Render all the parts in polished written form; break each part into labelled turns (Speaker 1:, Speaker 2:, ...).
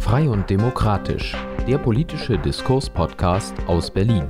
Speaker 1: Frei und demokratisch, der politische Diskurs-Podcast aus Berlin.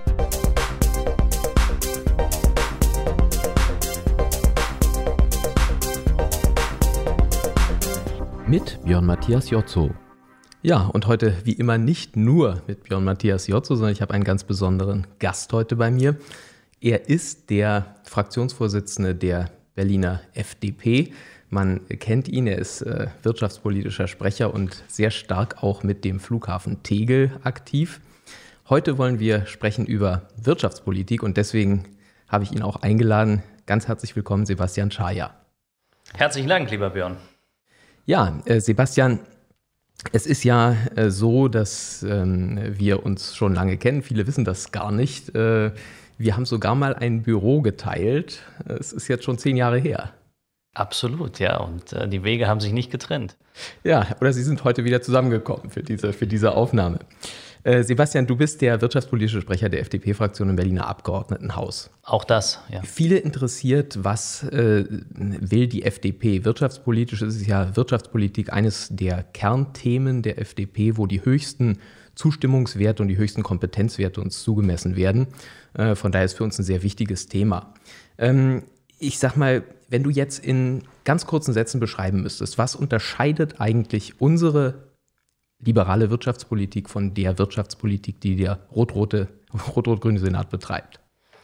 Speaker 1: Mit Björn Matthias Jotzo. Ja, und heute wie immer nicht nur mit Björn Matthias Jotzo, sondern ich habe einen ganz besonderen Gast heute bei mir. Er ist der Fraktionsvorsitzende der Berliner FDP. Man kennt ihn, er ist wirtschaftspolitischer Sprecher und sehr stark auch mit dem Flughafen Tegel aktiv. Heute wollen wir sprechen über Wirtschaftspolitik und deswegen habe ich ihn auch eingeladen. Ganz herzlich willkommen, Sebastian Schaja.
Speaker 2: Herzlichen Dank, lieber Björn.
Speaker 1: Ja, Sebastian, es ist ja so, dass wir uns schon lange kennen. Viele wissen das gar nicht. Wir haben sogar mal ein Büro geteilt. Es ist jetzt schon 10 Jahre her.
Speaker 2: Absolut, ja. Und die Wege haben sich nicht getrennt.
Speaker 1: Ja, oder sie sind heute wieder zusammengekommen für diese Aufnahme. Sebastian, du bist der wirtschaftspolitische Sprecher der FDP-Fraktion im Berliner Abgeordnetenhaus.
Speaker 2: Auch das, ja.
Speaker 1: Viele interessiert, was will die FDP? Wirtschaftspolitisch ist es ja Wirtschaftspolitik eines der Kernthemen der FDP, wo die höchsten Zustimmungswerte und die höchsten Kompetenzwerte uns zugemessen werden. Von daher ist für uns ein sehr wichtiges Thema. Ich sag mal, wenn du jetzt in ganz kurzen Sätzen beschreiben müsstest, was unterscheidet eigentlich unsere liberale Wirtschaftspolitik von der Wirtschaftspolitik, die der rot-rot-grüne Senat betreibt?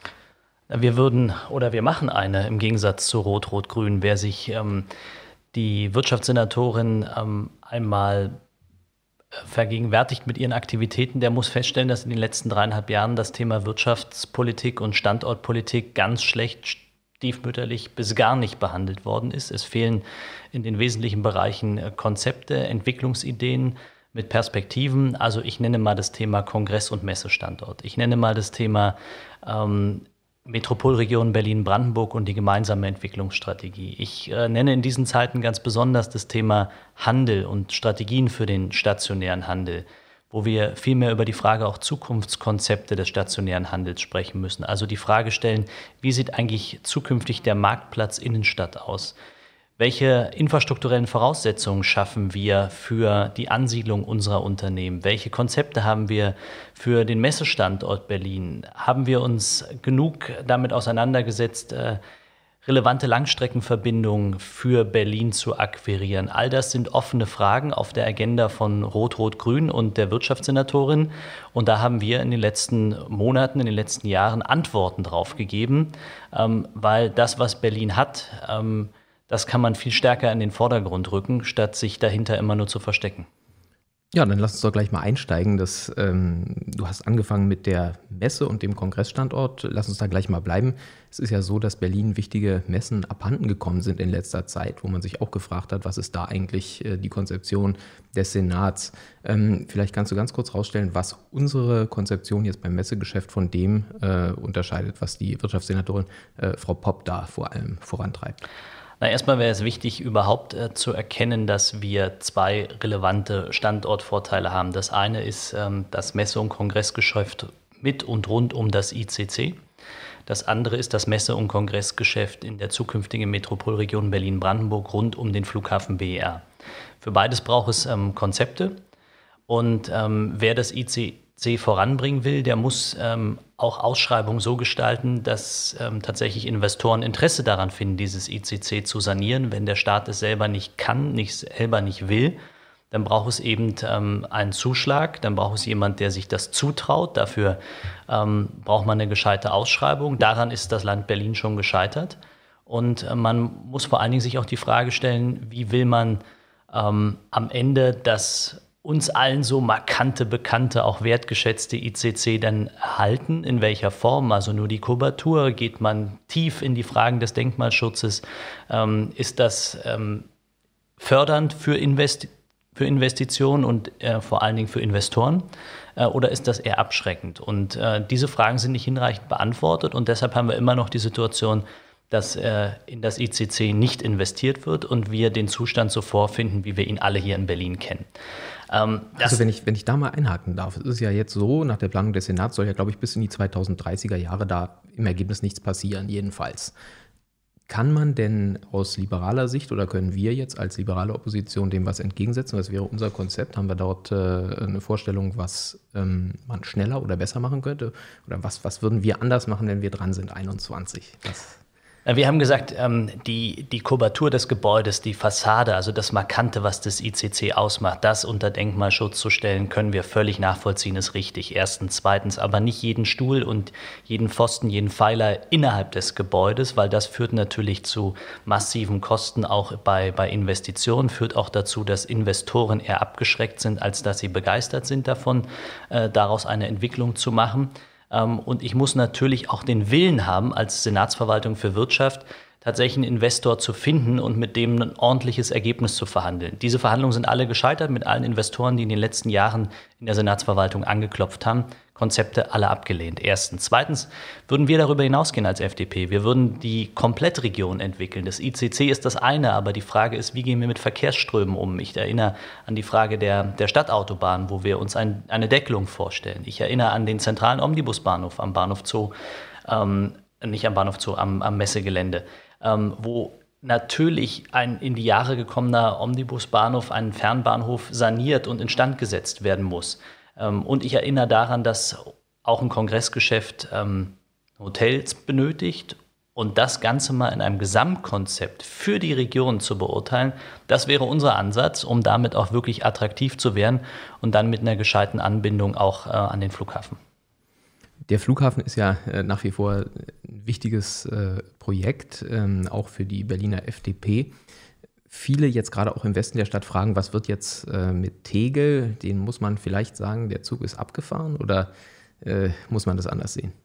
Speaker 2: Wir machen eine im Gegensatz zu Rot-Rot-Grün. Wer sich die Wirtschaftssenatorin einmal vergegenwärtigt mit ihren Aktivitäten, der muss feststellen, dass in den letzten 3,5 Jahren das Thema Wirtschaftspolitik und Standortpolitik ganz schlecht, stiefmütterlich bis gar nicht behandelt worden ist. Es fehlen in den wesentlichen Bereichen Konzepte, Entwicklungsideen mit Perspektiven. Also ich nenne mal das Thema Kongress- und Messestandort. Ich nenne mal das Thema Metropolregion Berlin-Brandenburg und die gemeinsame Entwicklungsstrategie. Ich nenne in diesen Zeiten ganz besonders das Thema Handel und Strategien für den stationären Handel, wo wir viel mehr über die Frage auch Zukunftskonzepte des stationären Handels sprechen müssen. Also die Frage stellen, wie sieht eigentlich zukünftig der Marktplatz Innenstadt aus? Welche infrastrukturellen Voraussetzungen schaffen wir für die Ansiedlung unserer Unternehmen? Welche Konzepte haben wir für den Messestandort Berlin? Haben wir uns genug damit auseinandergesetzt, relevante Langstreckenverbindungen für Berlin zu akquirieren? All das sind offene Fragen auf der Agenda von Rot-Rot-Grün und der Wirtschaftssenatorin. Und da haben wir in den letzten Monaten, in den letzten Jahren Antworten drauf gegeben, weil das, was Berlin hat, das kann man viel stärker in den Vordergrund rücken, statt sich dahinter immer nur zu verstecken.
Speaker 1: Ja, dann lass uns doch gleich mal einsteigen. Du hast angefangen mit der Messe und dem Kongressstandort. Lass uns da gleich mal bleiben. Es ist ja so, dass Berlin wichtige Messen abhanden gekommen sind in letzter Zeit, wo man sich auch gefragt hat, was ist da eigentlich die Konzeption des Senats? Vielleicht kannst du ganz kurz rausstellen, was unsere Konzeption jetzt beim Messegeschäft von dem unterscheidet, was die Wirtschaftssenatorin Frau Popp da vor allem vorantreibt.
Speaker 2: Erstmal wäre es wichtig, überhaupt zu erkennen, dass wir 2 relevante Standortvorteile haben. Das eine ist das Messe- und Kongressgeschäft mit und rund um das ICC. Das andere ist das Messe- und Kongressgeschäft in der zukünftigen Metropolregion Berlin-Brandenburg rund um den Flughafen BER. Für beides braucht es Konzepte. Und wer das ICC voranbringen will, der muss auch Ausschreibungen so gestalten, dass tatsächlich Investoren Interesse daran finden, dieses ICC zu sanieren. Wenn der Staat es selber nicht kann, selber nicht will, dann braucht es eben einen Zuschlag, dann braucht es jemand, der sich das zutraut. Dafür braucht man eine gescheite Ausschreibung. Daran ist das Land Berlin schon gescheitert. Und man muss vor allen Dingen sich auch die Frage stellen, wie will man am Ende das uns allen so markante, bekannte, auch wertgeschätzte ICC dann erhalten? In welcher Form? Also nur die Kubatur? Geht man tief in die Fragen des Denkmalschutzes? Ist das fördernd für Investitionen und vor allen Dingen für Investoren? Oder ist das eher abschreckend? Und diese Fragen sind nicht hinreichend beantwortet und deshalb haben wir immer noch die Situation, dass in das ICC nicht investiert wird und wir den Zustand so vorfinden, wie wir ihn alle hier in Berlin kennen.
Speaker 1: Also wenn ich da mal einhaken darf, es ist ja jetzt so, nach der Planung des Senats soll ja, glaube ich, bis in die 2030er Jahre da im Ergebnis nichts passieren, jedenfalls. Kann man denn aus liberaler Sicht oder können wir jetzt als liberale Opposition dem was entgegensetzen? Was wäre unser Konzept? Haben wir dort eine Vorstellung, was man schneller oder besser machen könnte? Oder was würden wir anders machen, wenn wir dran sind, 21?
Speaker 2: Wir haben gesagt, die Kubatur des Gebäudes, die Fassade, also das Markante, was das ICC ausmacht, das unter Denkmalschutz zu stellen, können wir völlig nachvollziehen, ist richtig. Erstens. Zweitens, aber nicht jeden Stuhl und jeden Pfosten, jeden Pfeiler innerhalb des Gebäudes, weil das führt natürlich zu massiven Kosten, auch bei Investitionen, führt auch dazu, dass Investoren eher abgeschreckt sind, als dass sie begeistert sind davon, daraus eine Entwicklung zu machen. Und ich muss natürlich auch den Willen haben, als Senatsverwaltung für Wirtschaft tatsächlich einen Investor zu finden und mit dem ein ordentliches Ergebnis zu verhandeln. Diese Verhandlungen sind alle gescheitert mit allen Investoren, die in den letzten Jahren in der Senatsverwaltung angeklopft haben. Konzepte alle abgelehnt. Erstens. Zweitens würden wir darüber hinausgehen als FDP. Wir würden die Komplettregion entwickeln. Das ICC ist das eine, aber die Frage ist, wie gehen wir mit Verkehrsströmen um? Ich erinnere an die Frage der Stadtautobahn, wo wir uns eine Deckelung vorstellen. Ich erinnere an den zentralen Omnibusbahnhof am Bahnhof Zoo, nicht am Bahnhof Zoo, am Messegelände, wo natürlich ein in die Jahre gekommener Omnibusbahnhof, ein Fernbahnhof saniert und instand gesetzt werden muss. Und ich erinnere daran, dass auch ein Kongressgeschäft Hotels benötigt und das Ganze mal in einem Gesamtkonzept für die Region zu beurteilen, das wäre unser Ansatz, um damit auch wirklich attraktiv zu werden und dann mit einer gescheiten Anbindung auch an den Flughafen.
Speaker 1: Der Flughafen ist ja nach wie vor ein wichtiges Projekt, auch für die Berliner FDP. Viele jetzt gerade auch im Westen der Stadt fragen, was wird jetzt mit Tegel? Den muss man vielleicht sagen, der Zug ist abgefahren oder muss man das anders sehen?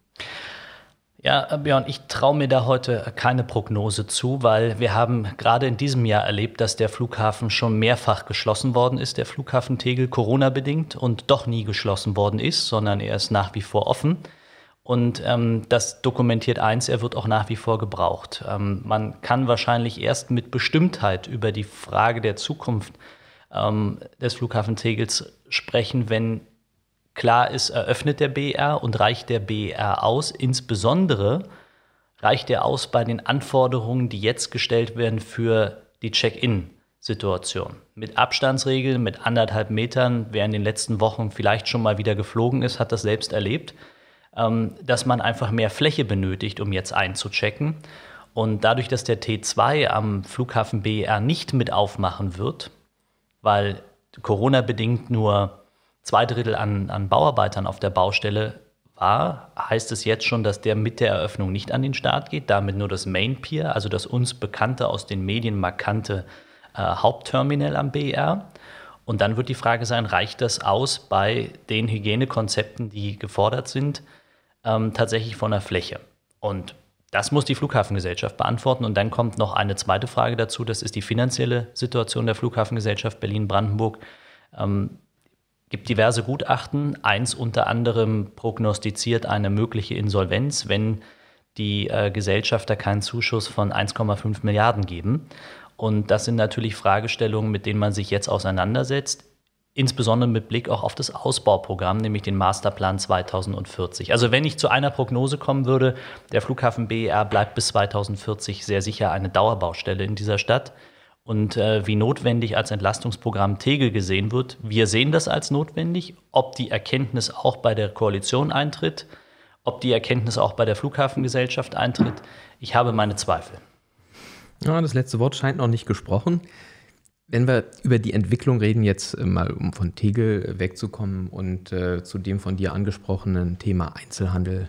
Speaker 2: Ja, Björn, ich traue mir da heute keine Prognose zu, weil wir haben gerade in diesem Jahr erlebt, dass der Flughafen schon mehrfach geschlossen worden ist, der Flughafen Tegel, Corona-bedingt, und doch nie geschlossen worden ist, sondern er ist nach wie vor offen. Und das dokumentiert eins, er wird auch nach wie vor gebraucht. Man kann wahrscheinlich erst mit Bestimmtheit über die Frage der Zukunft des Flughafen Tegels sprechen, wenn klar ist, eröffnet der BER und reicht der BER aus. Insbesondere reicht er aus bei den Anforderungen, die jetzt gestellt werden für die Check-in-Situation. Mit Abstandsregeln, mit 1,5 Metern, wer in den letzten Wochen vielleicht schon mal wieder geflogen ist, hat das selbst erlebt, dass man einfach mehr Fläche benötigt, um jetzt einzuchecken. Und dadurch, dass der T2 am Flughafen BER nicht mit aufmachen wird, weil Corona-bedingt nur 2/3 an Bauarbeitern auf der Baustelle war, heißt es jetzt schon, dass der mit der Eröffnung nicht an den Start geht, damit nur das Main Pier, also das uns bekannte, aus den Medien markante Hauptterminal am BER. Und dann wird die Frage sein, reicht das aus bei den Hygienekonzepten, die gefordert sind, tatsächlich von der Fläche? Und das muss die Flughafengesellschaft beantworten. Und dann kommt noch eine zweite Frage dazu, das ist die finanzielle Situation der Flughafengesellschaft Berlin-Brandenburg. Gibt diverse Gutachten, eins unter anderem prognostiziert eine mögliche Insolvenz, wenn die Gesellschafter keinen Zuschuss von 1,5 Milliarden geben. Und das sind natürlich Fragestellungen, mit denen man sich jetzt auseinandersetzt, insbesondere mit Blick auch auf das Ausbauprogramm, nämlich den Masterplan 2040. Also wenn ich zu einer Prognose kommen würde, der Flughafen BER bleibt bis 2040 sehr sicher eine Dauerbaustelle in dieser Stadt. Und wie notwendig als Entlastungsprogramm Tegel gesehen wird, wir sehen das als notwendig. Ob die Erkenntnis auch bei der Koalition eintritt, ob die Erkenntnis auch bei der Flughafengesellschaft eintritt, ich habe meine Zweifel.
Speaker 1: Ja, das letzte Wort scheint noch nicht gesprochen. Wenn wir über die Entwicklung reden, jetzt mal um von Tegel wegzukommen und zu dem von dir angesprochenen Thema Einzelhandel,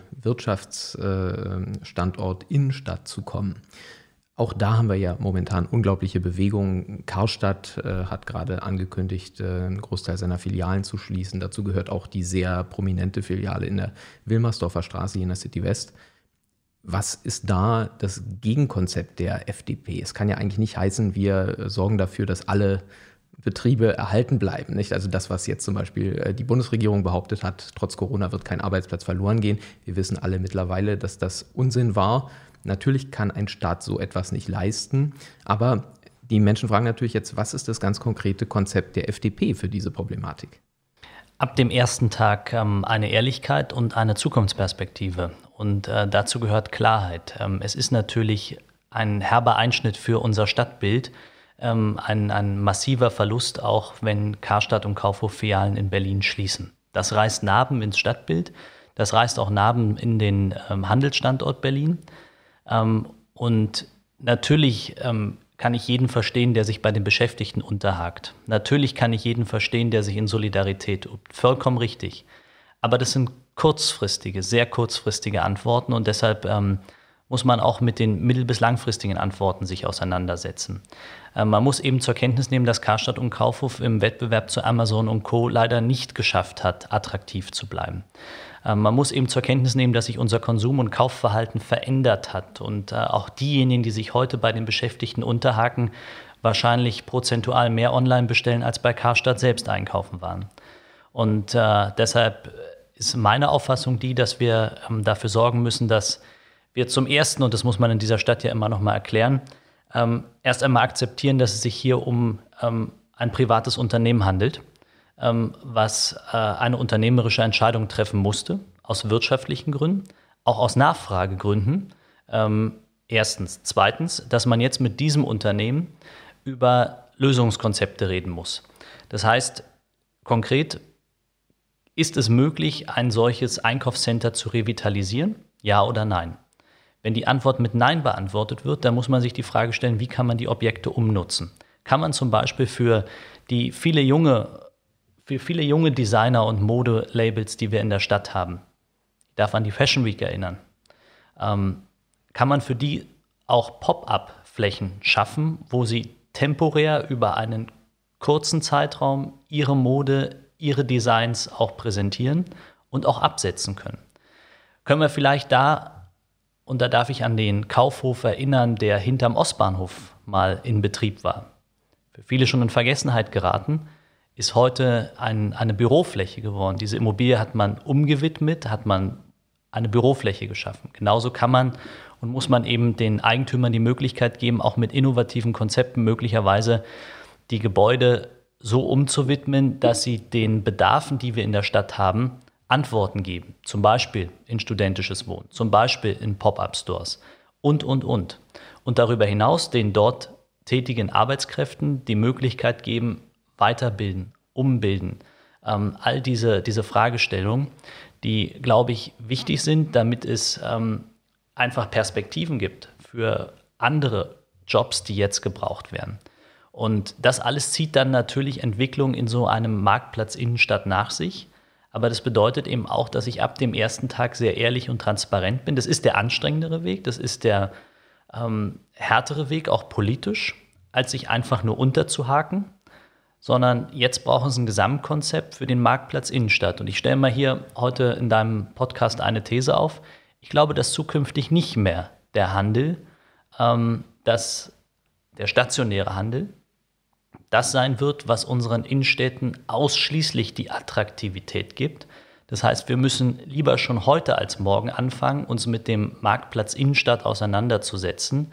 Speaker 1: Wirtschaftsstandort, Innenstadt zu kommen. Auch da haben wir ja momentan unglaubliche Bewegungen. Karstadt hat gerade angekündigt, einen Großteil seiner Filialen zu schließen. Dazu gehört auch die sehr prominente Filiale in der Wilmersdorfer Straße hier in der City West. Was ist da das Gegenkonzept der FDP? Es kann ja eigentlich nicht heißen, wir sorgen dafür, dass alle Betriebe erhalten bleiben. Nicht? Also das, was jetzt zum Beispiel die Bundesregierung behauptet hat, trotz Corona wird kein Arbeitsplatz verloren gehen. Wir wissen alle mittlerweile, dass das Unsinn war. Natürlich kann ein Staat so etwas nicht leisten, aber die Menschen fragen natürlich jetzt, was ist das ganz konkrete Konzept der FDP für diese Problematik?
Speaker 2: Ab dem ersten Tag eine Ehrlichkeit und eine Zukunftsperspektive. Und dazu gehört Klarheit. Es ist natürlich ein herber Einschnitt für unser Stadtbild, ein massiver Verlust, auch wenn Karstadt und Kaufhof-Filialen in Berlin schließen. Das reißt Narben ins Stadtbild, das reißt auch Narben in den Handelsstandort Berlin. Und natürlich kann ich jeden verstehen, der sich bei den Beschäftigten unterhakt. Natürlich kann ich jeden verstehen, der sich in Solidarität übt. Vollkommen richtig. Aber das sind kurzfristige, sehr kurzfristige Antworten und deshalb muss man auch mit den mittel- bis langfristigen Antworten sich auseinandersetzen. Man muss eben zur Kenntnis nehmen, dass Karstadt und Kaufhof im Wettbewerb zu Amazon und Co. leider nicht geschafft hat, attraktiv zu bleiben. Man muss eben zur Kenntnis nehmen, dass sich unser Konsum- und Kaufverhalten verändert hat und auch diejenigen, die sich heute bei den Beschäftigten unterhaken, wahrscheinlich prozentual mehr online bestellen, als bei Karstadt selbst einkaufen waren. Und deshalb ist meine Auffassung die, dass wir dafür sorgen müssen, dass wir zum Ersten, und das muss man in dieser Stadt ja immer noch mal erklären, erst einmal akzeptieren, dass es sich hier um ein privates Unternehmen handelt, was eine unternehmerische Entscheidung treffen musste, aus wirtschaftlichen Gründen, auch aus Nachfragegründen. Erstens. Zweitens, dass man jetzt mit diesem Unternehmen über Lösungskonzepte reden muss. Das heißt, konkret, ist es möglich, ein solches Einkaufscenter zu revitalisieren? Ja oder nein? Wenn die Antwort mit Nein beantwortet wird, dann muss man sich die Frage stellen, wie kann man die Objekte umnutzen? Kann man zum Beispiel für viele junge Designer und Modelabels, die wir in der Stadt haben, ich darf an die Fashion Week erinnern, kann man für die auch Pop-up-Flächen schaffen, wo sie temporär über einen kurzen Zeitraum ihre Mode, ihre Designs auch präsentieren und auch absetzen können. Können wir vielleicht da, und da darf ich an den Kaufhof erinnern, der hinterm Ostbahnhof mal in Betrieb war, für viele schon in Vergessenheit geraten, ist heute eine Bürofläche geworden. Diese Immobilie hat man umgewidmet, hat man eine Bürofläche geschaffen. Genauso kann man und muss man eben den Eigentümern die Möglichkeit geben, auch mit innovativen Konzepten möglicherweise die Gebäude so umzuwidmen, dass sie den Bedarfen, die wir in der Stadt haben, Antworten geben. Zum Beispiel in studentisches Wohnen, zum Beispiel in Pop-up-Stores und. Und darüber hinaus den dort tätigen Arbeitskräften die Möglichkeit geben, weiterbilden, umbilden. All diese Fragestellungen, die, glaube ich, wichtig sind, damit es einfach Perspektiven gibt für andere Jobs, die jetzt gebraucht werden. Und das alles zieht dann natürlich Entwicklung in so einem Marktplatz Innenstadt nach sich. Aber das bedeutet eben auch, dass ich ab dem ersten Tag sehr ehrlich und transparent bin. Das ist der anstrengendere Weg, das ist der härtere Weg, auch politisch, als sich einfach nur unterzuhaken. Sondern jetzt brauchen sie ein Gesamtkonzept für den Marktplatz Innenstadt. Und ich stelle mal hier heute in deinem Podcast eine These auf. Ich glaube, dass zukünftig nicht mehr der Handel, der stationäre Handel, das sein wird, was unseren Innenstädten ausschließlich die Attraktivität gibt. Das heißt, wir müssen lieber schon heute als morgen anfangen, uns mit dem Marktplatz Innenstadt auseinanderzusetzen,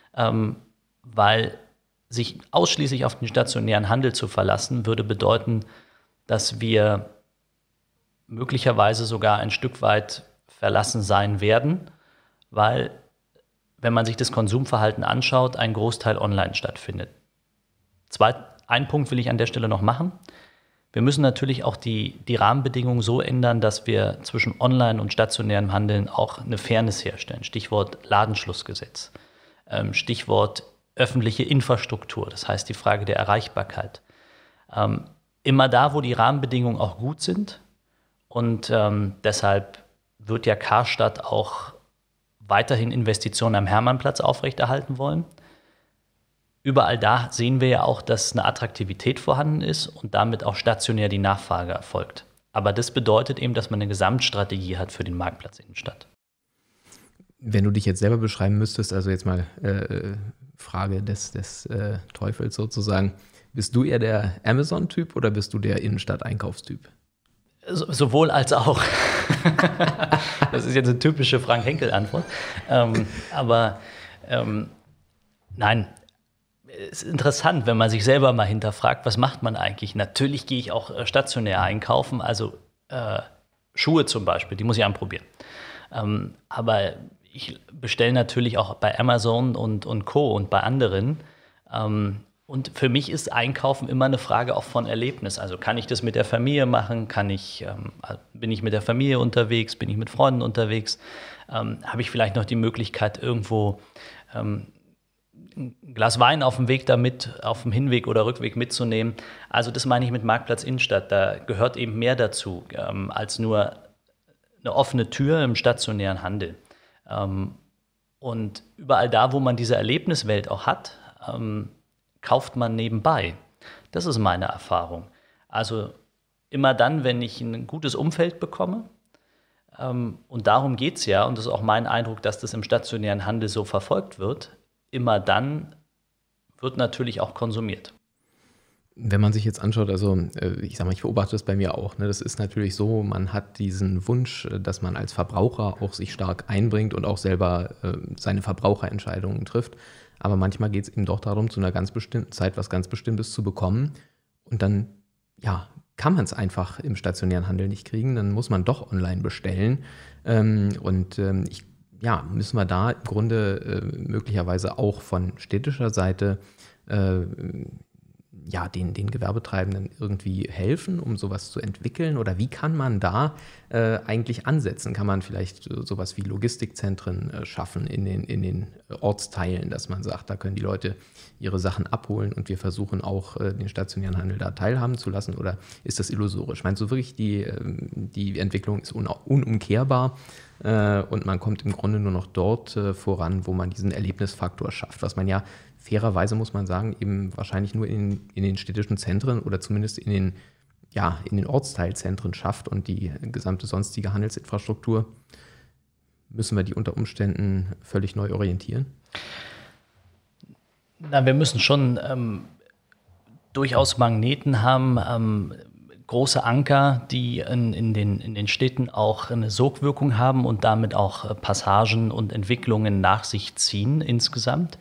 Speaker 2: weil sich ausschließlich auf den stationären Handel zu verlassen, würde bedeuten, dass wir möglicherweise sogar ein Stück weit verlassen sein werden, weil, wenn man sich das Konsumverhalten anschaut, ein Großteil online stattfindet. Einen Punkt will ich an der Stelle noch machen. Wir müssen natürlich auch die Rahmenbedingungen so ändern, dass wir zwischen Online- und stationärem Handeln auch eine Fairness herstellen. Stichwort Ladenschlussgesetz, Stichwort öffentliche Infrastruktur, das heißt die Frage der Erreichbarkeit. Immer da, wo die Rahmenbedingungen auch gut sind, und deshalb wird ja Karstadt auch weiterhin Investitionen am Hermannplatz aufrechterhalten wollen. Überall da sehen wir ja auch, dass eine Attraktivität vorhanden ist und damit auch stationär die Nachfrage erfolgt. Aber das bedeutet eben, dass man eine Gesamtstrategie hat für den Marktplatz Innenstadt.
Speaker 1: Wenn du dich jetzt selber beschreiben müsstest, also jetzt mal Frage des Teufels sozusagen, bist du eher der Amazon-Typ oder bist du der Innenstadt-Einkaufstyp?
Speaker 2: Sowohl als auch. Das ist jetzt eine typische Frank-Henkel-Antwort. Nein, es ist interessant, wenn man sich selber mal hinterfragt, was macht man eigentlich? Natürlich gehe ich auch stationär einkaufen, also Schuhe zum Beispiel, die muss ich anprobieren. Aber Ich bestelle natürlich auch bei Amazon und Co. und bei anderen. Und für mich ist Einkaufen immer eine Frage auch von Erlebnis. Also kann ich das mit der Familie machen? Bin ich mit der Familie unterwegs? Bin ich mit Freunden unterwegs? Habe ich vielleicht noch die Möglichkeit, irgendwo ein Glas Wein auf dem Weg auf dem Hinweg oder Rückweg mitzunehmen? Also das meine ich mit Marktplatz Innenstadt. Da gehört eben mehr dazu, als nur eine offene Tür im stationären Handel. Und überall da, wo man diese Erlebniswelt auch hat, kauft man nebenbei. Das ist meine Erfahrung. Also immer dann, wenn ich ein gutes Umfeld bekomme, und darum geht es ja, und das ist auch mein Eindruck, dass das im stationären Handel so verfolgt wird, immer dann wird natürlich auch konsumiert.
Speaker 1: Wenn man sich jetzt anschaut, also ich sage mal, ich beobachte das bei mir auch, ne? Das ist natürlich so, man hat diesen Wunsch, dass man als Verbraucher auch sich stark einbringt und auch selber seine Verbraucherentscheidungen trifft. Aber manchmal geht es eben doch darum, zu einer ganz bestimmten Zeit was ganz Bestimmtes zu bekommen. Und dann, ja, kann man es einfach im stationären Handel nicht kriegen. Dann muss man doch online bestellen. Müssen wir da im Grunde möglicherweise auch von städtischer Seite den Gewerbetreibenden irgendwie helfen, um sowas zu entwickeln? Oder wie kann man da eigentlich ansetzen? Kann man vielleicht sowas wie Logistikzentren schaffen in den Ortsteilen, dass man sagt, da können die Leute ihre Sachen abholen und wir versuchen auch den stationären Handel da teilhaben zu lassen? Oder ist das illusorisch? Meinst du wirklich, die Entwicklung ist unumkehrbar und man kommt im Grunde nur noch dort voran, wo man diesen Erlebnisfaktor schafft, was man ja fairerweise, muss man sagen, eben wahrscheinlich nur in den städtischen Zentren oder zumindest in den Ortsteilzentren schafft, und die gesamte sonstige Handelsinfrastruktur, müssen wir die unter Umständen völlig neu orientieren?
Speaker 2: Na, wir müssen schon durchaus Magneten haben, große Anker, die in den Städten auch eine Sogwirkung haben und damit auch Passagen und Entwicklungen nach sich ziehen insgesamt.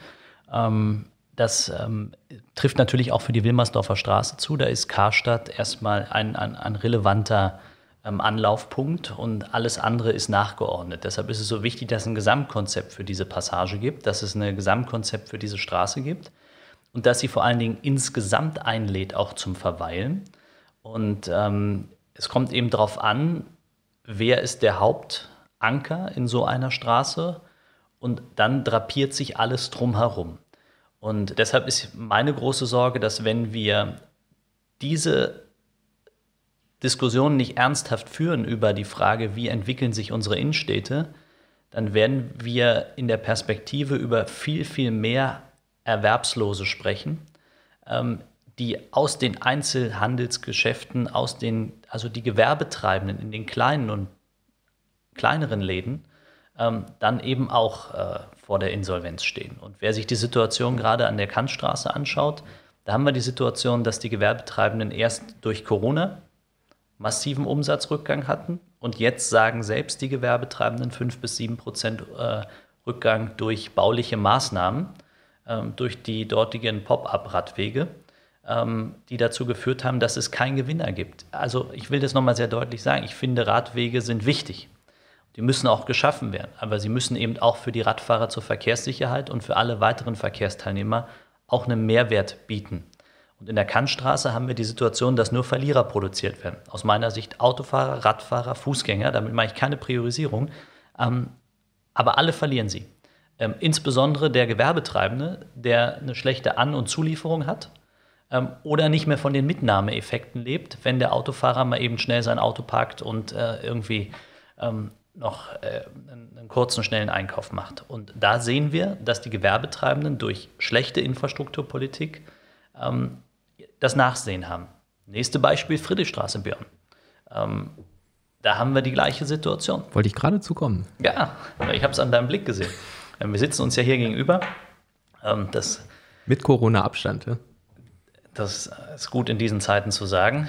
Speaker 2: Das trifft natürlich auch für die Wilmersdorfer Straße zu. Da ist Karstadt erstmal ein relevanter Anlaufpunkt und alles andere ist nachgeordnet. Deshalb ist es so wichtig, dass es ein Gesamtkonzept für diese Passage gibt, dass es ein Gesamtkonzept für diese Straße gibt und dass sie vor allen Dingen insgesamt einlädt, auch zum Verweilen. Und es kommt eben darauf an, wer ist der Hauptanker in so einer Straße, und dann drapiert sich alles drumherum. Und deshalb ist meine große Sorge, dass wenn wir diese Diskussion nicht ernsthaft führen über die Frage, wie entwickeln sich unsere Innenstädte, dann werden wir in der Perspektive über viel, viel mehr Erwerbslose sprechen, die aus den Einzelhandelsgeschäften, also die Gewerbetreibenden in den kleinen und kleineren Läden, dann eben auch vor der Insolvenz stehen. Und wer sich die Situation gerade an der Kantstraße anschaut, da haben wir die Situation, dass die Gewerbetreibenden erst durch Corona massiven Umsatzrückgang hatten und jetzt sagen selbst die Gewerbetreibenden 5-7% Rückgang durch bauliche Maßnahmen, durch die dortigen Pop-up-Radwege, die dazu geführt haben, dass es keinen Gewinner gibt. Also ich will das nochmal sehr deutlich sagen, ich finde, Radwege sind wichtig. Die müssen auch geschaffen werden, aber sie müssen eben auch für die Radfahrer zur Verkehrssicherheit und für alle weiteren Verkehrsteilnehmer auch einen Mehrwert bieten. Und in der Kantstraße haben wir die Situation, dass nur Verlierer produziert werden. Aus meiner Sicht Autofahrer, Radfahrer, Fußgänger, damit mache ich keine Priorisierung, aber alle verlieren sie. Insbesondere der Gewerbetreibende, der eine schlechte An- und Zulieferung hat oder nicht mehr von den Mitnahmeeffekten lebt, wenn der Autofahrer mal eben schnell sein Auto parkt und irgendwie noch einen kurzen, schnellen Einkauf macht. Und da sehen wir, dass die Gewerbetreibenden durch schlechte Infrastrukturpolitik das Nachsehen haben. Nächste Beispiel, Friedrichstraße, Björn. Da haben wir die gleiche Situation.
Speaker 1: Wollte ich gerade zukommen.
Speaker 2: Ja, ich habe es an deinem Blick gesehen. Wir sitzen uns ja hier gegenüber.
Speaker 1: Mit Corona-Abstand, ja?
Speaker 2: Das ist gut in diesen Zeiten zu sagen.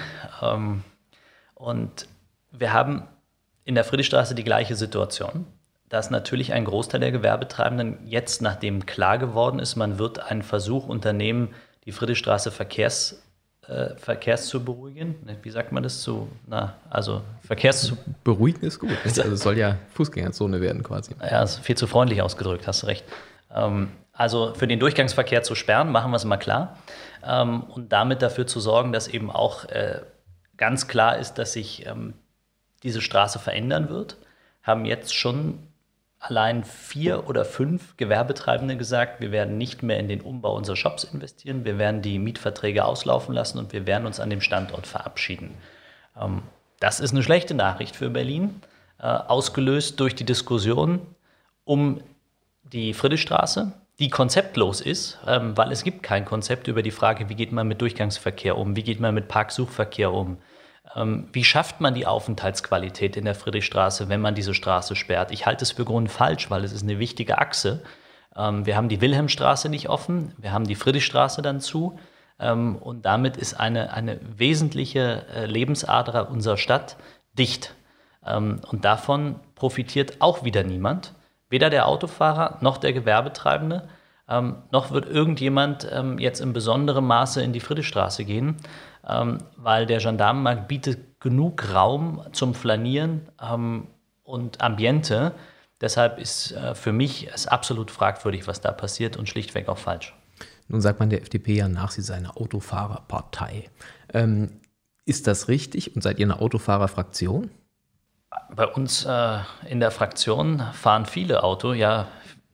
Speaker 2: Und wir haben in der Friedrichstraße die gleiche Situation, dass natürlich ein Großteil der Gewerbetreibenden jetzt, nachdem klar geworden ist, man wird einen Versuch unternehmen, die Friedrichstraße Verkehrs zu beruhigen. Wie sagt man das zu?
Speaker 1: Beruhigen ist gut. Also es soll ja Fußgängerzone werden quasi.
Speaker 2: Ja, ist viel zu freundlich ausgedrückt, hast du recht. Also für den Durchgangsverkehr zu sperren, machen wir es mal klar. Und damit dafür zu sorgen, dass eben auch ganz klar ist, dass sich diese Straße verändern wird, haben jetzt schon allein 4 oder 5 Gewerbetreibende gesagt, wir werden nicht mehr in den Umbau unserer Shops investieren, wir werden die Mietverträge auslaufen lassen und wir werden uns an dem Standort verabschieden. Das ist eine schlechte Nachricht für Berlin, ausgelöst durch die Diskussion um die Friedrichstraße, die konzeptlos ist, weil es gibt kein Konzept über die Frage, wie geht man mit Durchgangsverkehr um, wie geht man mit Parksuchverkehr um. Wie schafft man die Aufenthaltsqualität in der Friedrichstraße, wenn man diese Straße sperrt? Ich halte es für grundfalsch, weil es ist eine wichtige Achse. Wir haben die Wilhelmstraße nicht offen, wir haben die Friedrichstraße dann zu. Und damit ist eine wesentliche Lebensader unserer Stadt dicht. Und davon profitiert auch wieder niemand. Weder der Autofahrer noch der Gewerbetreibende. Noch wird irgendjemand jetzt in besonderem Maße in die Friedrichstraße gehen, weil der Gendarmenmarkt bietet genug Raum zum Flanieren und Ambiente. Deshalb ist für mich es absolut fragwürdig, was da passiert und schlichtweg auch falsch.
Speaker 1: Nun sagt man der FDP ja nach, sie sei eine Autofahrerpartei. Ist das richtig und seid ihr eine Autofahrerfraktion?
Speaker 2: Bei uns in der Fraktion fahren viele Auto, ja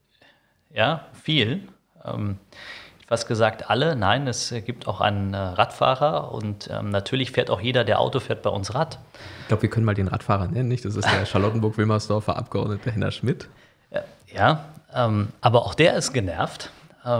Speaker 2: viel. Fast gesagt alle. Nein, es gibt auch einen Radfahrer und natürlich fährt auch jeder, der Auto fährt, bei uns Rad.
Speaker 1: Ich glaube, wir können mal den Radfahrer nennen, nicht? Das ist der Charlottenburg-Wilmersdorfer Abgeordnete Henner Schmidt.
Speaker 2: Ja, aber auch der ist genervt.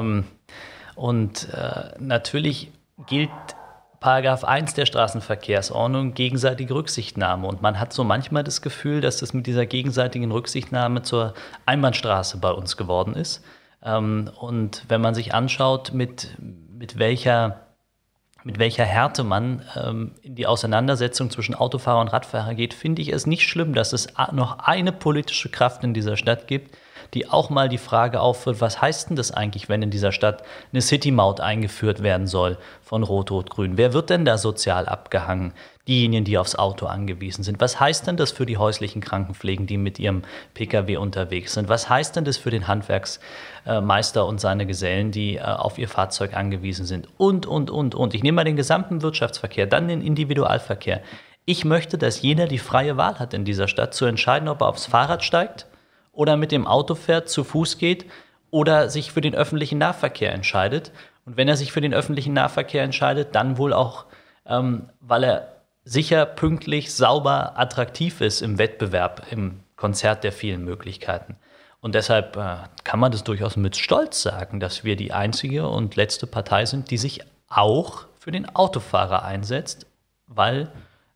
Speaker 2: Und natürlich gilt Paragraph 1 der Straßenverkehrsordnung gegenseitige Rücksichtnahme. Und man hat so manchmal das Gefühl, dass das mit dieser gegenseitigen Rücksichtnahme zur Einbahnstraße bei uns geworden ist. Und wenn man sich anschaut, mit welcher Härte man in die Auseinandersetzung zwischen Autofahrer und Radfahrer geht, finde ich es nicht schlimm, dass es noch eine politische Kraft in dieser Stadt gibt, die auch mal die Frage aufwirft, was heißt denn das eigentlich, wenn in dieser Stadt eine City-Maut eingeführt werden soll von Rot-Rot-Grün? Wer wird denn da sozial abgehangen? Diejenigen, die aufs Auto angewiesen sind. Was heißt denn das für die häuslichen Krankenpflegen, die mit ihrem Pkw unterwegs sind? Was heißt denn das für den Handwerksmeister und seine Gesellen, die auf ihr Fahrzeug angewiesen sind? Und. Ich nehme mal den gesamten Wirtschaftsverkehr, dann den Individualverkehr. Ich möchte, dass jeder die freie Wahl hat in dieser Stadt, zu entscheiden, ob er aufs Fahrrad steigt oder mit dem Auto fährt, zu Fuß geht oder sich für den öffentlichen Nahverkehr entscheidet. Und wenn er sich für den öffentlichen Nahverkehr entscheidet, dann wohl auch, weil er sicher, pünktlich, sauber, attraktiv ist im Wettbewerb, im Konzert der vielen Möglichkeiten. Und deshalb kann man das durchaus mit Stolz sagen, dass wir die einzige und letzte Partei sind, die sich auch für den Autofahrer einsetzt, weil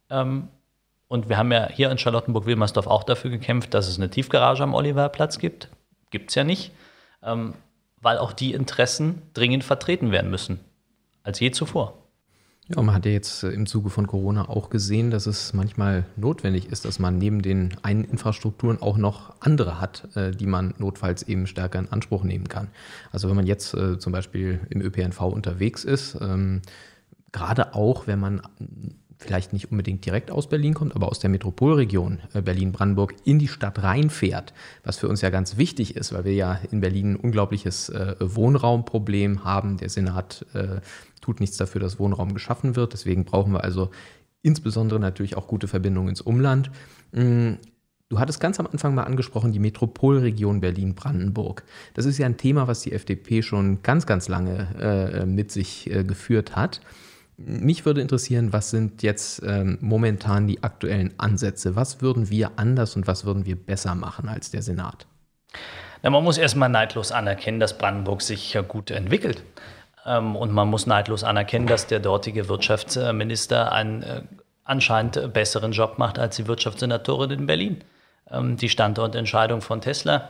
Speaker 2: und wir haben ja hier in Charlottenburg-Wilmersdorf auch dafür gekämpft, dass es eine Tiefgarage am Oliverplatz gibt. Gibt es ja nicht, weil auch die Interessen dringend vertreten werden müssen, als je zuvor.
Speaker 1: Ja, man hat ja jetzt im Zuge von Corona auch gesehen, dass es manchmal notwendig ist, dass man neben den einen Infrastrukturen auch noch andere hat, die man notfalls eben stärker in Anspruch nehmen kann. Also wenn man jetzt zum Beispiel im ÖPNV unterwegs ist, gerade auch, wenn man vielleicht nicht unbedingt direkt aus Berlin kommt, aber aus der Metropolregion Berlin-Brandenburg in die Stadt reinfährt, was für uns ja ganz wichtig ist, weil wir ja in Berlin ein unglaubliches Wohnraumproblem haben. Der Senat tut nichts dafür, dass Wohnraum geschaffen wird. Deswegen brauchen wir also insbesondere natürlich auch gute Verbindungen ins Umland. Du hattest ganz am Anfang mal angesprochen, die Metropolregion Berlin-Brandenburg. Das ist ja ein Thema, was die FDP schon ganz, ganz lange mit sich geführt hat. Mich würde interessieren, was sind jetzt momentan die aktuellen Ansätze? Was würden wir anders und was würden wir besser machen als der Senat?
Speaker 2: Na, man muss erstmal neidlos anerkennen, dass Brandenburg sich gut entwickelt. Und man muss neidlos anerkennen, dass der dortige Wirtschaftsminister einen anscheinend besseren Job macht als die Wirtschaftssenatorin in Berlin. Die Standortentscheidung von Tesla,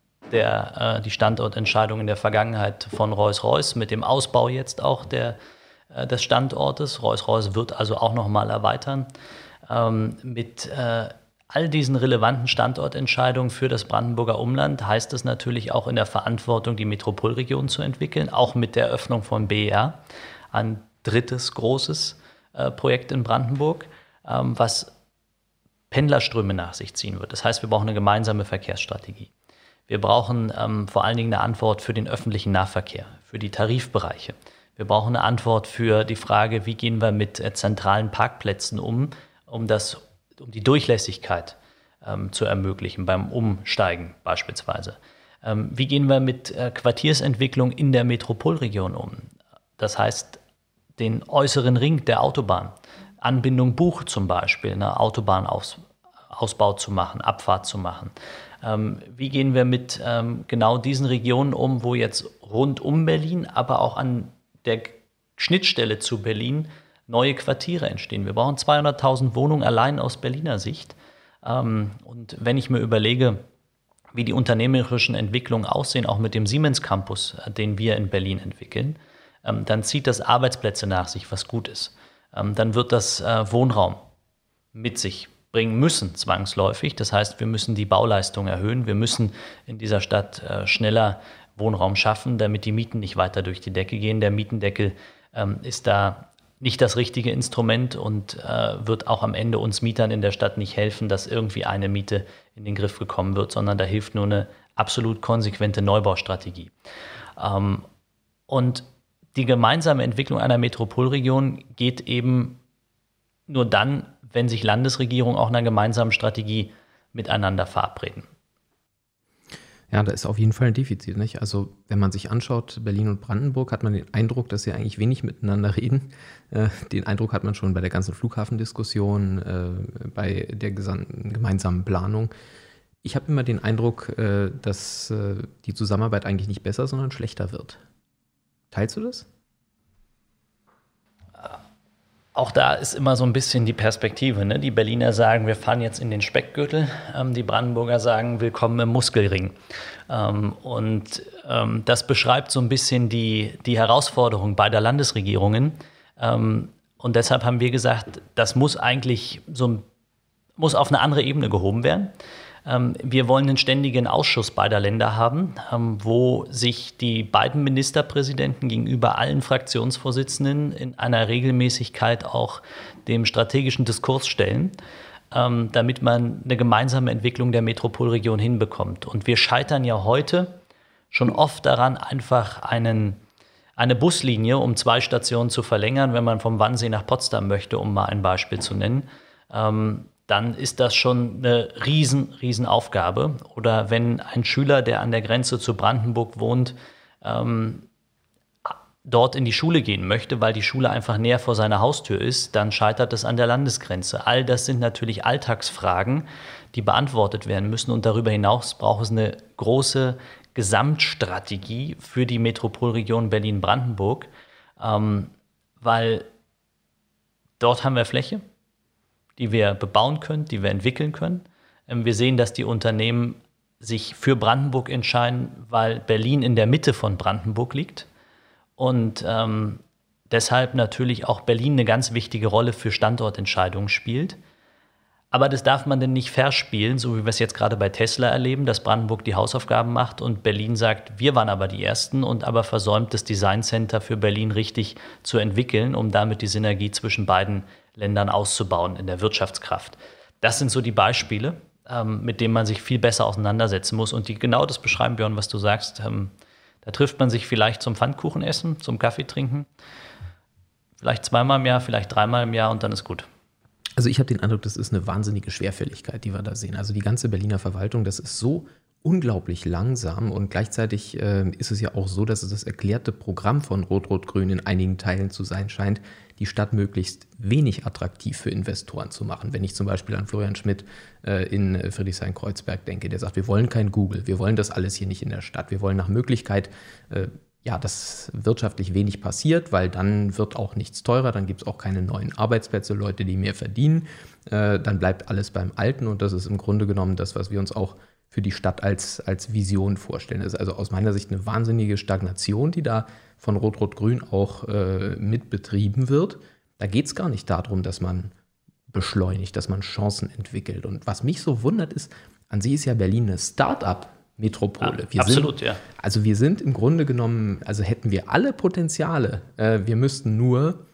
Speaker 2: die Standortentscheidung in der Vergangenheit von Rolls-Royce mit dem Ausbau jetzt auch des Standortes. Rolls-Royce wird also auch nochmal erweitern. Mit all diesen relevanten Standortentscheidungen für das Brandenburger Umland heißt es natürlich auch in der Verantwortung, die Metropolregion zu entwickeln, auch mit der Eröffnung von BER, ein drittes großes Projekt in Brandenburg, was Pendlerströme nach sich ziehen wird. Das heißt, wir brauchen eine gemeinsame Verkehrsstrategie. Wir brauchen vor allen Dingen eine Antwort für den öffentlichen Nahverkehr, für die Tarifbereiche. Wir brauchen eine Antwort für die Frage, wie gehen wir mit zentralen Parkplätzen um die Durchlässigkeit zu ermöglichen, beim Umsteigen beispielsweise. Wie gehen wir mit Quartiersentwicklung in der Metropolregion um? Das heißt, den äußeren Ring der Autobahn, Anbindung Buch zum Beispiel, eine Autobahnausbau zu machen, Abfahrt zu machen. Wie gehen wir mit genau diesen Regionen um, wo jetzt rund um Berlin, aber auch an der Schnittstelle zu Berlin neue Quartiere entstehen? Wir brauchen 200.000 Wohnungen allein aus Berliner Sicht. Und wenn ich mir überlege, wie die unternehmerischen Entwicklungen aussehen, auch mit dem Siemens Campus, den wir in Berlin entwickeln, dann zieht das Arbeitsplätze nach sich, was gut ist. Dann wird das Wohnraum mit sich bringen müssen, zwangsläufig. Das heißt, wir müssen die Bauleistung erhöhen. Wir müssen in dieser Stadt schneller Wohnraum schaffen, damit die Mieten nicht weiter durch die Decke gehen. Der Mietendeckel ist da nicht das richtige Instrument und wird auch am Ende uns Mietern in der Stadt nicht helfen, dass irgendwie eine Miete in den Griff gekommen wird, sondern da hilft nur eine absolut konsequente Neubaustrategie. Und die gemeinsame Entwicklung einer Metropolregion geht eben nur dann, wenn sich Landesregierungen auch in einer gemeinsamen Strategie miteinander verabreden.
Speaker 1: Ja, da ist auf jeden Fall ein Defizit, nicht? Also wenn man sich anschaut, Berlin und Brandenburg, hat man den Eindruck, dass sie eigentlich wenig miteinander reden. Den Eindruck hat man schon bei der ganzen Flughafendiskussion, bei der gesamten gemeinsamen Planung. Ich habe immer den Eindruck, dass die Zusammenarbeit eigentlich nicht besser, sondern schlechter wird. Teilst du das?
Speaker 2: Auch da ist immer so ein bisschen die Perspektive, ne? Die Berliner sagen, wir fahren jetzt in den Speckgürtel. Die Brandenburger sagen, willkommen im Muskelring. Das beschreibt so ein bisschen die Herausforderung beider Landesregierungen. Und deshalb haben wir gesagt, das muss eigentlich muss auf eine andere Ebene gehoben werden. Wir wollen einen ständigen Ausschuss beider Länder haben, wo sich die beiden Ministerpräsidenten gegenüber allen Fraktionsvorsitzenden in einer Regelmäßigkeit auch dem strategischen Diskurs stellen, damit man eine gemeinsame Entwicklung der Metropolregion hinbekommt. Und wir scheitern ja heute schon oft daran, einfach eine Buslinie um 2 Stationen zu verlängern, wenn man vom Wannsee nach Potsdam möchte, um mal ein Beispiel zu nennen. Dann ist das schon eine riesen Aufgabe. Oder wenn ein Schüler, der an der Grenze zu Brandenburg wohnt, dort in die Schule gehen möchte, weil die Schule einfach näher vor seiner Haustür ist, dann scheitert es an der Landesgrenze. All das sind natürlich Alltagsfragen, die beantwortet werden müssen. Und darüber hinaus braucht es eine große Gesamtstrategie für die Metropolregion Berlin-Brandenburg, weil dort haben wir Fläche, die wir bebauen können, die wir entwickeln können. Wir sehen, dass die Unternehmen sich für Brandenburg entscheiden, weil Berlin in der Mitte von Brandenburg liegt. Und deshalb natürlich auch Berlin eine ganz wichtige Rolle für Standortentscheidungen spielt. Aber das darf man denn nicht verspielen, so wie wir es jetzt gerade bei Tesla erleben, dass Brandenburg die Hausaufgaben macht und Berlin sagt, wir waren aber die Ersten und aber versäumt, das Design Center für Berlin richtig zu entwickeln, um damit die Synergie zwischen beiden Ländern auszubauen in der Wirtschaftskraft. Das sind so die Beispiele, mit denen man sich viel besser auseinandersetzen muss und die genau das beschreiben, Björn, was du sagst. Da trifft man sich vielleicht zum Pfannkuchenessen, zum Kaffee trinken, vielleicht 2-mal im Jahr, vielleicht 3-mal im Jahr und dann ist gut.
Speaker 1: Also ich habe den Eindruck, das ist eine wahnsinnige Schwerfälligkeit, die wir da sehen. Also die ganze Berliner Verwaltung, das ist so unglaublich langsam und gleichzeitig ist es ja auch so, dass es das erklärte Programm von Rot-Rot-Grün in einigen Teilen zu sein scheint, die Stadt möglichst wenig attraktiv für Investoren zu machen. Wenn ich zum Beispiel an Florian Schmidt in Friedrichshain-Kreuzberg denke, der sagt, wir wollen kein Google, wir wollen das alles hier nicht in der Stadt, wir wollen nach Möglichkeit dass wirtschaftlich wenig passiert, weil dann wird auch nichts teurer, dann gibt es auch keine neuen Arbeitsplätze, Leute, die mehr verdienen, dann bleibt alles beim Alten und das ist im Grunde genommen das, was wir uns auch für die Stadt als Vision vorstellen. Das ist also aus meiner Sicht eine wahnsinnige Stagnation, die da von Rot-Rot-Grün auch mit betrieben wird. Da geht es gar nicht darum, dass man beschleunigt, dass man Chancen entwickelt. Und was mich so wundert ist, an sich ist ja Berlin eine Start-up-Metropole.
Speaker 2: Ja.
Speaker 1: Also wir sind im Grunde genommen, also hätten wir alle Potenziale. Wir müssten nur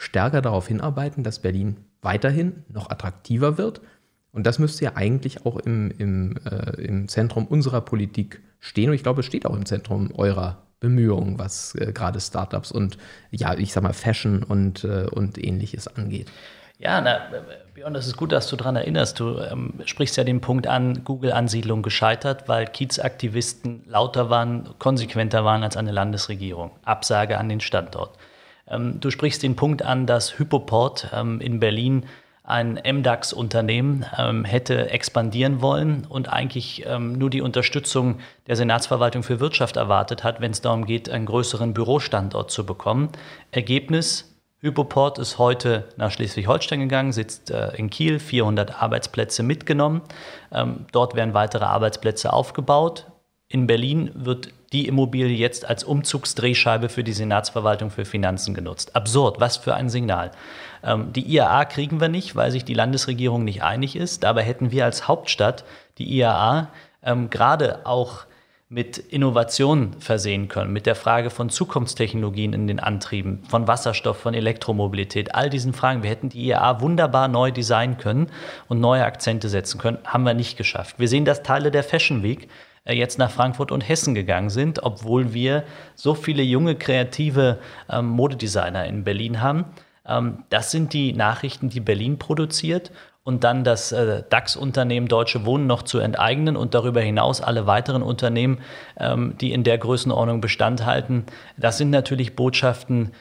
Speaker 1: stärker darauf hinarbeiten, dass Berlin weiterhin noch attraktiver wird. Und das müsste ja eigentlich auch im Zentrum unserer Politik stehen. Und ich glaube, es steht auch im Zentrum eurer Bemühungen, was gerade Startups und Fashion und Ähnliches angeht.
Speaker 2: Ja, Björn, das ist gut, dass du daran erinnerst. Du sprichst ja den Punkt an, Google-Ansiedlung gescheitert, weil Kiezaktivisten lauter waren, konsequenter waren als eine Landesregierung. Absage an den Standort. Du sprichst den Punkt an, dass Hypoport in Berlin ein MDAX-Unternehmen hätte expandieren wollen und eigentlich nur die Unterstützung der Senatsverwaltung für Wirtschaft erwartet hat, wenn es darum geht, einen größeren Bürostandort zu bekommen. Ergebnis: Hypoport ist heute nach Schleswig-Holstein gegangen, sitzt in Kiel, 400 Arbeitsplätze mitgenommen. Dort werden weitere Arbeitsplätze aufgebaut. In Berlin wird die Immobilie jetzt als Umzugsdrehscheibe für die Senatsverwaltung für Finanzen genutzt. Absurd, was für ein Signal. Die IAA kriegen wir nicht, weil sich die Landesregierung nicht einig ist. Dabei hätten wir als Hauptstadt die IAA gerade auch mit Innovationen versehen können, mit der Frage von Zukunftstechnologien in den Antrieben, von Wasserstoff, von Elektromobilität, all diesen Fragen. Wir hätten die IAA wunderbar neu designen können und neue Akzente setzen können, haben wir nicht geschafft. Wir sehen, dass Teile der Fashion Week jetzt nach Frankfurt und Hessen gegangen sind, obwohl wir so viele junge, kreative Modedesigner in Berlin haben. Das sind die Nachrichten, die Berlin produziert. Und dann das DAX-Unternehmen Deutsche Wohnen noch zu enteignen und darüber hinaus alle weiteren Unternehmen, die in der Größenordnung Bestand halten. Das sind natürlich Botschaften,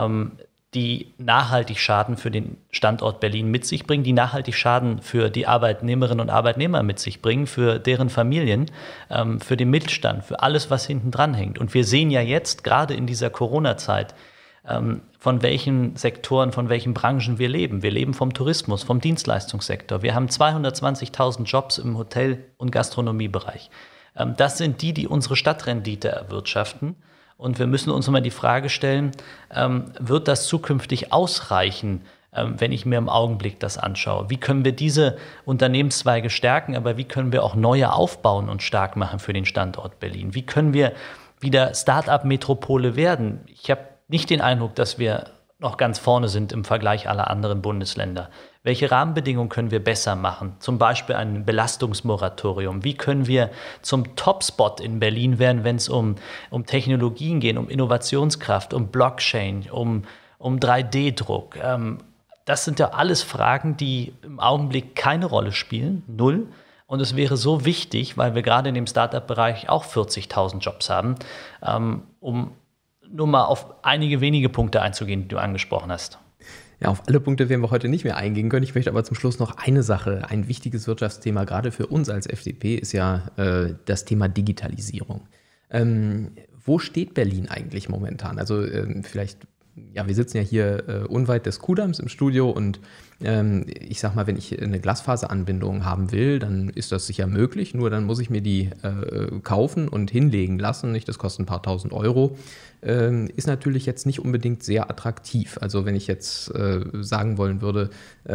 Speaker 2: die nachhaltig Schaden für den Standort Berlin mit sich bringen, die nachhaltig Schaden für die Arbeitnehmerinnen und Arbeitnehmer mit sich bringen, für deren Familien, für den Mittelstand, für alles, was hinten dran hängt. Und wir sehen ja jetzt, gerade in dieser Corona-Zeit, von welchen Sektoren, von welchen Branchen wir leben. Wir leben vom Tourismus, vom Dienstleistungssektor. Wir haben 220.000 Jobs im Hotel- und Gastronomiebereich. Das sind die unsere Stadtrendite erwirtschaften. Und wir müssen uns immer die Frage stellen, wird das zukünftig ausreichen, wenn ich mir im Augenblick das anschaue? Wie können wir diese Unternehmenszweige stärken, aber wie können wir auch neue aufbauen und stark machen für den Standort Berlin? Wie können wir wieder Start-up-Metropole werden? Ich habe nicht den Eindruck, dass wir noch ganz vorne sind im Vergleich aller anderen Bundesländer. Welche Rahmenbedingungen können wir besser machen? Zum Beispiel ein Belastungsmoratorium. Wie können wir zum Topspot in Berlin werden, wenn es um Technologien geht, um Innovationskraft, um Blockchain, um 3D-Druck? Das sind ja alles Fragen, die im Augenblick keine Rolle spielen, null. Und es wäre so wichtig, weil wir gerade in dem Startup-Bereich auch 40.000 Jobs haben, um nur mal auf einige wenige Punkte einzugehen, die du angesprochen hast.
Speaker 1: Ja, auf alle Punkte werden wir heute nicht mehr eingehen können. Ich möchte aber zum Schluss noch eine Sache, ein wichtiges Wirtschaftsthema, gerade für uns als FDP, ist ja das Thema Digitalisierung. Wo steht Berlin eigentlich momentan? Also wir sitzen ja hier unweit des Kuhdamms im Studio und ich sag mal, wenn ich eine Glasfaseranbindung haben will, dann ist das sicher möglich, nur dann muss ich mir die kaufen und hinlegen lassen. Nicht, das kostet ein paar tausend Euro. Ist natürlich jetzt nicht unbedingt sehr attraktiv. Also wenn ich jetzt sagen wollen würde,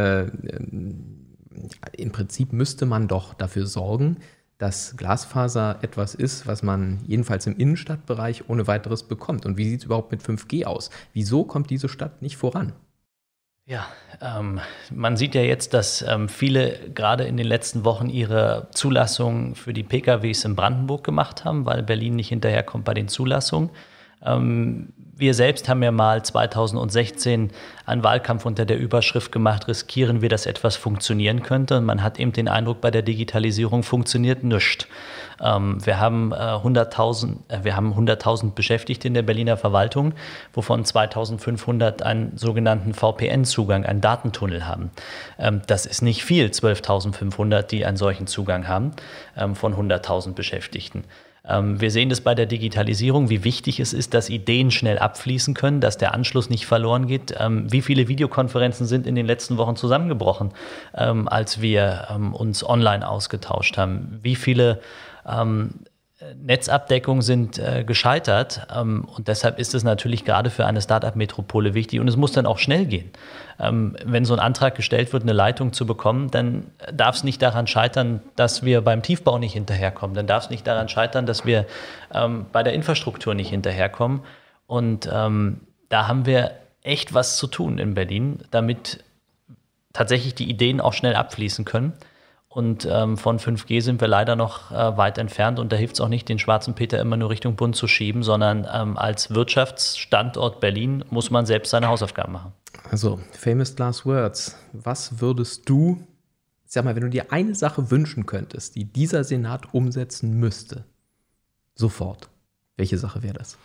Speaker 1: im Prinzip müsste man doch dafür sorgen, dass Glasfaser etwas ist, was man jedenfalls im Innenstadtbereich ohne weiteres bekommt. Und wie sieht es überhaupt mit 5G aus? Wieso kommt diese Stadt nicht voran?
Speaker 2: Ja, man sieht ja jetzt, dass viele gerade in den letzten Wochen ihre Zulassung für die PKWs in Brandenburg gemacht haben, weil Berlin nicht hinterherkommt bei den Zulassungen. Wir selbst haben ja mal 2016 einen Wahlkampf unter der Überschrift gemacht, riskieren wir, dass etwas funktionieren könnte. Und man hat eben den Eindruck, bei der Digitalisierung funktioniert nichts. Wir haben 100.000 Beschäftigte in der Berliner Verwaltung, wovon 2.500 einen sogenannten VPN-Zugang, einen Datentunnel haben. Das ist nicht viel, 12.500, die einen solchen Zugang haben, von 100.000 Beschäftigten. Wir sehen das bei der Digitalisierung, wie wichtig es ist, dass Ideen schnell abfließen können, dass der Anschluss nicht verloren geht. Wie viele Videokonferenzen sind in den letzten Wochen zusammengebrochen, als wir uns online ausgetauscht haben? Wie viele Netzabdeckungen sind gescheitert? Und deshalb ist es natürlich gerade für eine Start-up-Metropole wichtig. Und es muss dann auch schnell gehen. Wenn so ein Antrag gestellt wird, eine Leitung zu bekommen, dann darf es nicht daran scheitern, dass wir beim Tiefbau nicht hinterherkommen. Dann darf es nicht daran scheitern, dass wir bei der Infrastruktur nicht hinterherkommen. Und da haben wir echt was zu tun in Berlin, damit tatsächlich die Ideen auch schnell abfließen können. Und von 5G sind wir leider noch weit entfernt. Und da hilft es auch nicht, den schwarzen Peter immer nur Richtung Bund zu schieben, sondern als Wirtschaftsstandort Berlin muss man selbst seine Hausaufgaben machen.
Speaker 1: Also, famous last words. Was würdest du, sag mal, wenn du dir eine Sache wünschen könntest, die dieser Senat umsetzen müsste, sofort, welche Sache wäre das?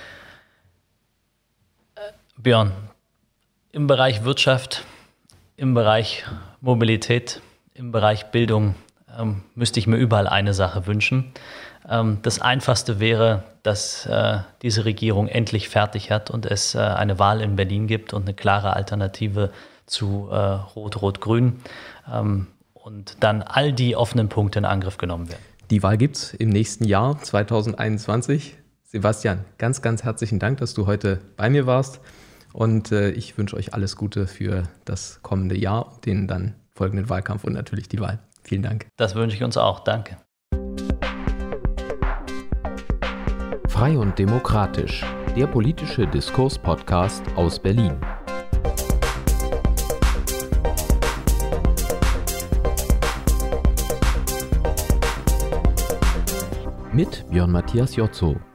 Speaker 2: Björn, im Bereich Wirtschaft, im Bereich Mobilität, im Bereich Bildung müsste ich mir überall eine Sache wünschen. Das Einfachste wäre, dass diese Regierung endlich fertig hat und es eine Wahl in Berlin gibt und eine klare Alternative zu Rot-Rot-Grün und dann all die offenen Punkte in Angriff genommen werden.
Speaker 1: Die Wahl gibt es im nächsten Jahr, 2021. Sebastian, ganz, ganz herzlichen Dank, dass du heute bei mir warst. Und ich wünsche euch alles Gute für das kommende Jahr, den dann folgenden Wahlkampf und natürlich die Wahl. Vielen Dank.
Speaker 2: Das wünsche ich uns auch. Danke.
Speaker 3: Frei und demokratisch, der politische Diskurs-Podcast aus Berlin. Mit Björn Matthias Jotzo.